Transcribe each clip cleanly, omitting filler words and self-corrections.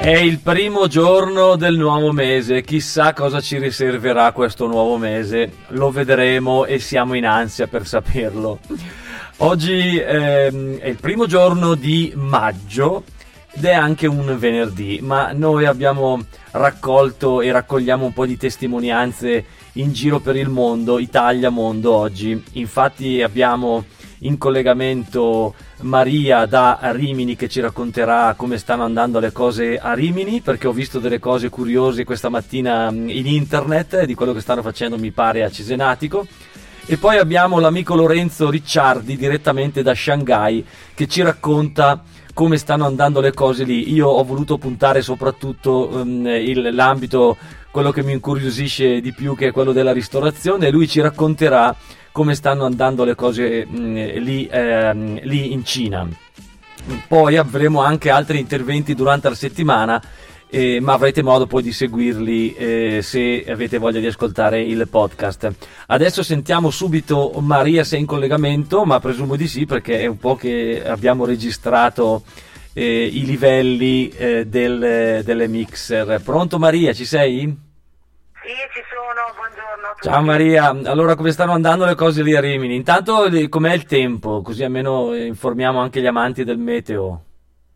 È il primo giorno del nuovo mese, chissà cosa ci riserverà questo nuovo mese, lo vedremo e siamo in ansia per saperlo. Oggi è il primo giorno di maggio ed è anche un venerdì, ma noi abbiamo raccolto e raccogliamo un po' di testimonianze in giro per il mondo, Italia, mondo oggi. Infatti abbiamo in collegamento Maria da Rimini che ci racconterà come stanno andando le cose a Rimini, perché ho visto delle cose curiose questa mattina in internet di quello che stanno facendo, mi pare, a Cesenatico. E poi abbiamo l'amico Lorenzo Ricciardi direttamente da Shanghai che ci racconta come stanno andando le cose lì. Io ho voluto puntare soprattutto l'ambito, quello che mi incuriosisce di più, che è quello della ristorazione, e lui ci racconterà come stanno andando le cose lì in Cina. Poi avremo anche altri interventi durante la settimana, ma avrete modo poi di seguirli se avete voglia di ascoltare il podcast. Adesso sentiamo subito Maria, se è in collegamento, ma presumo di sì, perché è un po' che abbiamo registrato i livelli delle mixer. Pronto Maria, ci sei? Sì, ci sono, buongiorno a tutti. Ciao Maria, allora come stanno andando le cose lì a Rimini? Intanto com'è il tempo, così almeno informiamo anche gli amanti del meteo.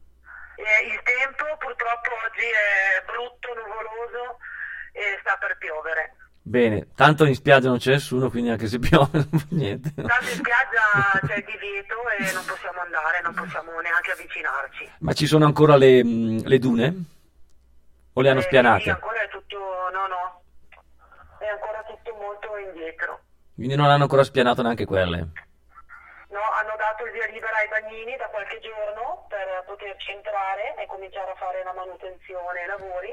Il tempo purtroppo oggi è brutto, nuvoloso e sta per piovere. Bene, tanto in spiaggia non c'è nessuno, quindi anche se piove non fa niente. Tanto in spiaggia c'è il divieto e non possiamo andare, non possiamo neanche avvicinarci. Ma ci sono ancora le dune? O le hanno spianate? Sì, ancora è tutto, no, è ancora tutto molto indietro. Quindi non hanno ancora spianato neanche quelle. No, hanno dato il via libera ai bagnini da qualche giorno per poterci entrare e cominciare a fare la manutenzione e i lavori.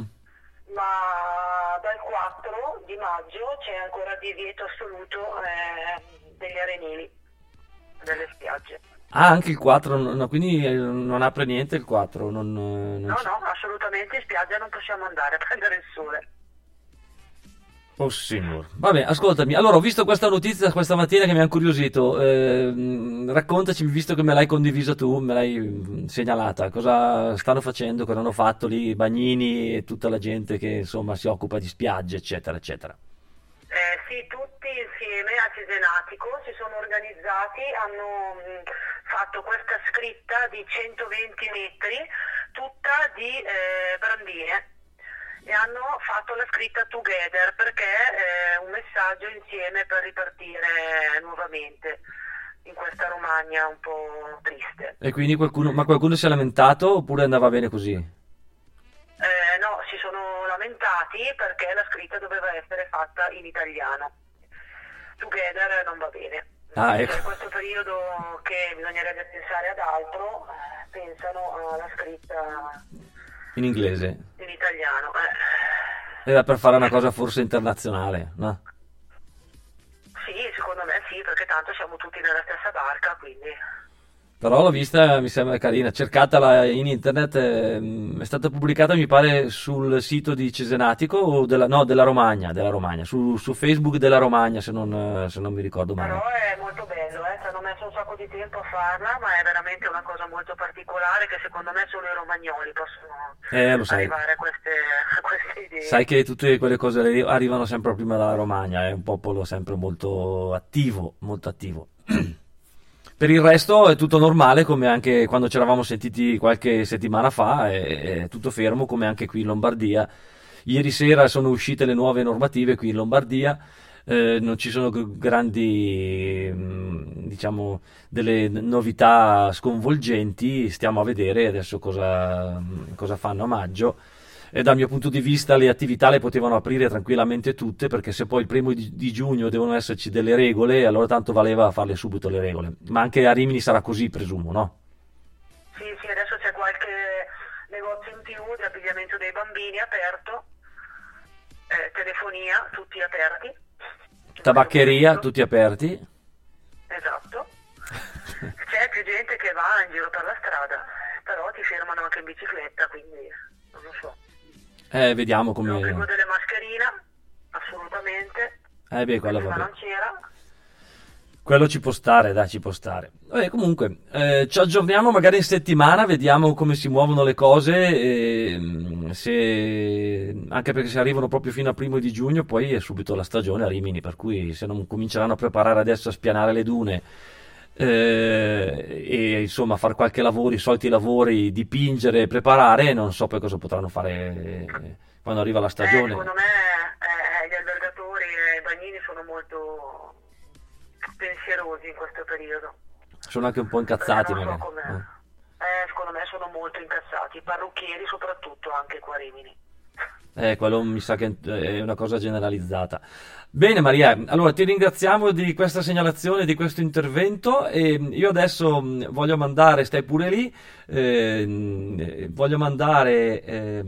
Ma dal 4 di maggio c'è ancora divieto assoluto degli arenili, delle spiagge. Ah, anche il 4, no, quindi non apre niente il 4? No, assolutamente in spiaggia non possiamo andare a prendere il sole. Oh signor. Vabbè, ascoltami, allora ho visto questa notizia questa mattina che mi ha incuriosito. Raccontaci, visto che me l'hai condivisa tu, me l'hai segnalata, cosa stanno facendo, cosa hanno fatto lì i bagnini e tutta la gente che insomma si occupa di spiagge, eccetera, eccetera. Sì, tutti insieme a Cesenatico si sono organizzati, hanno fatto questa scritta di 120 metri, tutta di brandine. E hanno fatto la scritta Together perché è un messaggio insieme per ripartire nuovamente in questa Romagna un po' triste. E quindi qualcuno si è lamentato oppure andava bene così? No, si sono lamentati perché la scritta doveva essere fatta in italiano. Together non va bene. Ah, ecco. In questo periodo che bisognerebbe pensare ad altro, pensano alla scritta In inglese? in italiano. Era per fare una cosa forse internazionale, no? Sì, secondo me sì, perché tanto siamo tutti nella stessa barca, quindi... Però l'ho vista, mi sembra carina, cercatela in internet, è stata pubblicata mi pare sul sito di Cesenatico o della Romagna, su Facebook della Romagna se non mi ricordo male. Però è molto bello, ci hanno messo un sacco di tempo a farla, ma è veramente una cosa molto particolare che secondo me solo i romagnoli possono Lo sai. arrivare a queste idee. Sai che tutte quelle cose lì arrivano sempre prima dalla Romagna, è un popolo sempre molto attivo, molto attivo. Per il resto è tutto normale, come anche quando ci eravamo sentiti qualche settimana fa, è tutto fermo, come anche qui in Lombardia. Ieri sera sono uscite le nuove normative qui in Lombardia, non ci sono grandi, diciamo, delle novità sconvolgenti, stiamo a vedere adesso cosa fanno a maggio. E dal mio punto di vista le attività le potevano aprire tranquillamente tutte, perché se poi il 1° di giugno devono esserci delle regole, allora tanto valeva farle subito le regole. Ma anche a Rimini sarà così, presumo, no? Sì, adesso c'è qualche negozio in più di abbigliamento dei bambini aperto, telefonia, tutti aperti. Tabaccheria, tutti aperti. Esatto. C'è più gente che va in giro per la strada, però ti fermano anche in bicicletta, quindi non lo so. Vediamo come... L'obbligo delle mascherine, assolutamente. Quella Ma vabbè. non c'era. Quello ci può stare, dai, ci può stare. Vabbè, comunque, ci aggiorniamo magari in settimana, vediamo come si muovono le cose, anche perché se arrivano proprio fino al 1° di giugno, poi è subito la stagione a Rimini, per cui se non cominceranno a preparare adesso a spianare le dune, e insomma fare qualche lavoro, i soliti lavori, dipingere, preparare, non so poi cosa potranno fare quando arriva la stagione. Secondo me gli albergatori e i bagnini sono molto pensierosi in questo periodo, Sono anche un po' perché incazzati non so magari. com'è. Secondo me sono molto incazzati, i parrucchieri soprattutto anche qua a Rimini. Quello mi sa che è una cosa generalizzata. Bene Maria, allora ti ringraziamo di questa segnalazione, di questo intervento e io adesso voglio mandare, stai pure lì, voglio mandare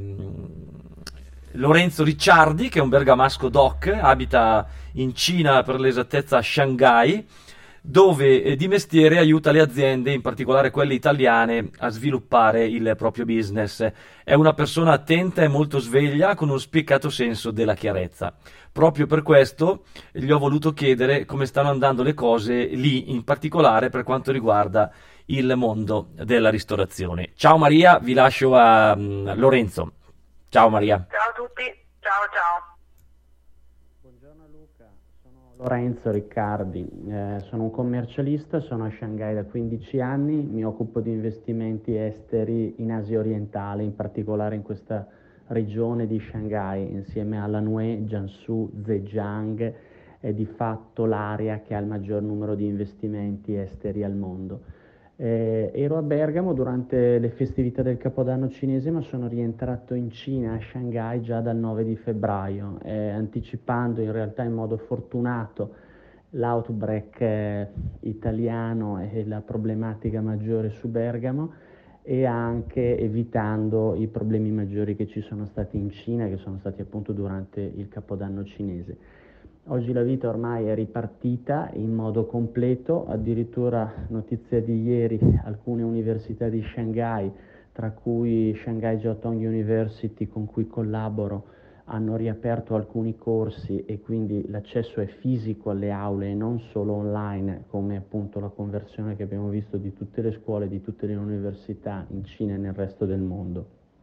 Lorenzo Ricciardi, che è un bergamasco doc, abita in Cina, per l'esattezza a Shanghai, dove di mestiere aiuta le aziende, in particolare quelle italiane, a sviluppare il proprio business. È una persona attenta e molto sveglia, con uno spiccato senso della chiarezza. Proprio per questo gli ho voluto chiedere come stanno andando le cose lì, in particolare per quanto riguarda il mondo della ristorazione. Ciao Maria, vi lascio a Lorenzo. Ciao Maria. Ciao a tutti, ciao ciao. Buongiorno Luca, sono Lorenzo Riccardi, sono un commercialista, sono a Shanghai da 15 anni, mi occupo di investimenti esteri in Asia orientale, in particolare in questa regione di Shanghai, insieme alla Nue, Jiangsu, Zhejiang, è di fatto l'area che ha il maggior numero di investimenti esteri al mondo. Ero a Bergamo durante le festività del Capodanno cinese, ma sono rientrato in Cina, a Shanghai, già dal 9 di febbraio, anticipando in realtà in modo fortunato l'outbreak italiano e la problematica maggiore su Bergamo e anche evitando i problemi maggiori che ci sono stati in Cina, che sono stati appunto durante il Capodanno cinese. Oggi la vita ormai è ripartita in modo completo, addirittura notizia di ieri, alcune università di Shanghai, tra cui Shanghai Jiaotong University con cui collaboro, hanno riaperto alcuni corsi e quindi l'accesso è fisico alle aule e non solo online, come appunto la conversione che abbiamo visto di tutte le scuole, di tutte le università in Cina e nel resto del mondo.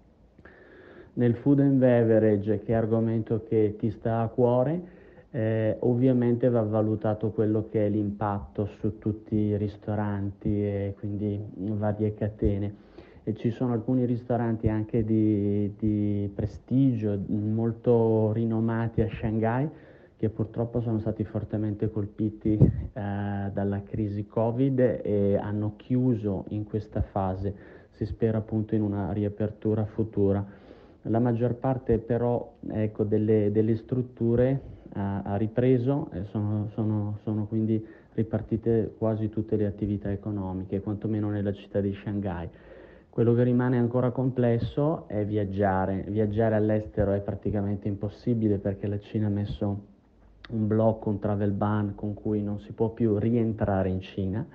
Nel food and beverage, che è argomento che ti sta a cuore, ovviamente va valutato quello che è l'impatto su tutti i ristoranti e quindi varie catene. E ci sono alcuni ristoranti anche di prestigio, molto rinomati a Shanghai, che purtroppo sono stati fortemente colpiti dalla crisi Covid e hanno chiuso in questa fase. Si spera appunto in una riapertura futura. La maggior parte però ecco, delle strutture ha ripreso e sono quindi ripartite quasi tutte le attività economiche, quantomeno nella città di Shanghai. Quello che rimane ancora complesso è viaggiare. Viaggiare all'estero è praticamente impossibile perché la Cina ha messo un blocco, un travel ban con cui non si può più rientrare in Cina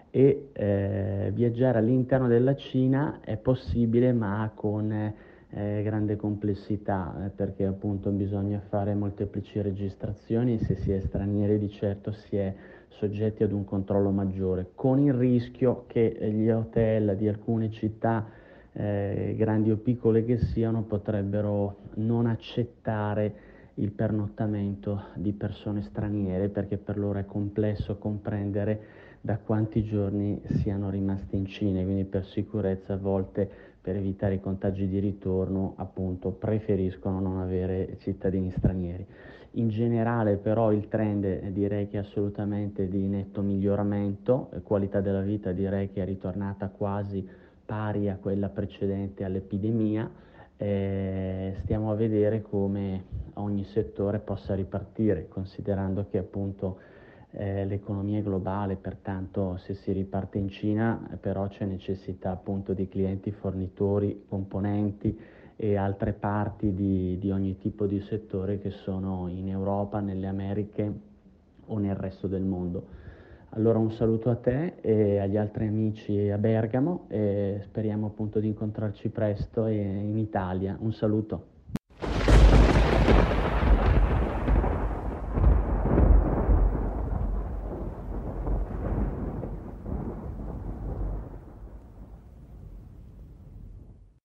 e viaggiare all'interno della Cina è possibile ma con grande complessità perché appunto bisogna fare molteplici registrazioni, se si è stranieri di certo si è soggetti ad un controllo maggiore, con il rischio che gli hotel di alcune città, grandi o piccole che siano, potrebbero non accettare il pernottamento di persone straniere perché per loro è complesso comprendere da quanti giorni siano rimasti in Cina, quindi per sicurezza a volte per evitare i contagi di ritorno appunto preferiscono non avere cittadini stranieri. In generale però il trend direi che è assolutamente di netto miglioramento, qualità della vita direi che è ritornata quasi pari a quella precedente all'epidemia, stiamo a vedere come ogni settore possa ripartire, considerando che appunto l'economia è globale, pertanto se si riparte in Cina però c'è necessità appunto di clienti, fornitori, componenti e altre parti di ogni tipo di settore che sono in Europa, nelle Americhe o nel resto del mondo. Allora un saluto a te e agli altri amici a Bergamo e speriamo appunto di incontrarci presto in Italia. Un saluto.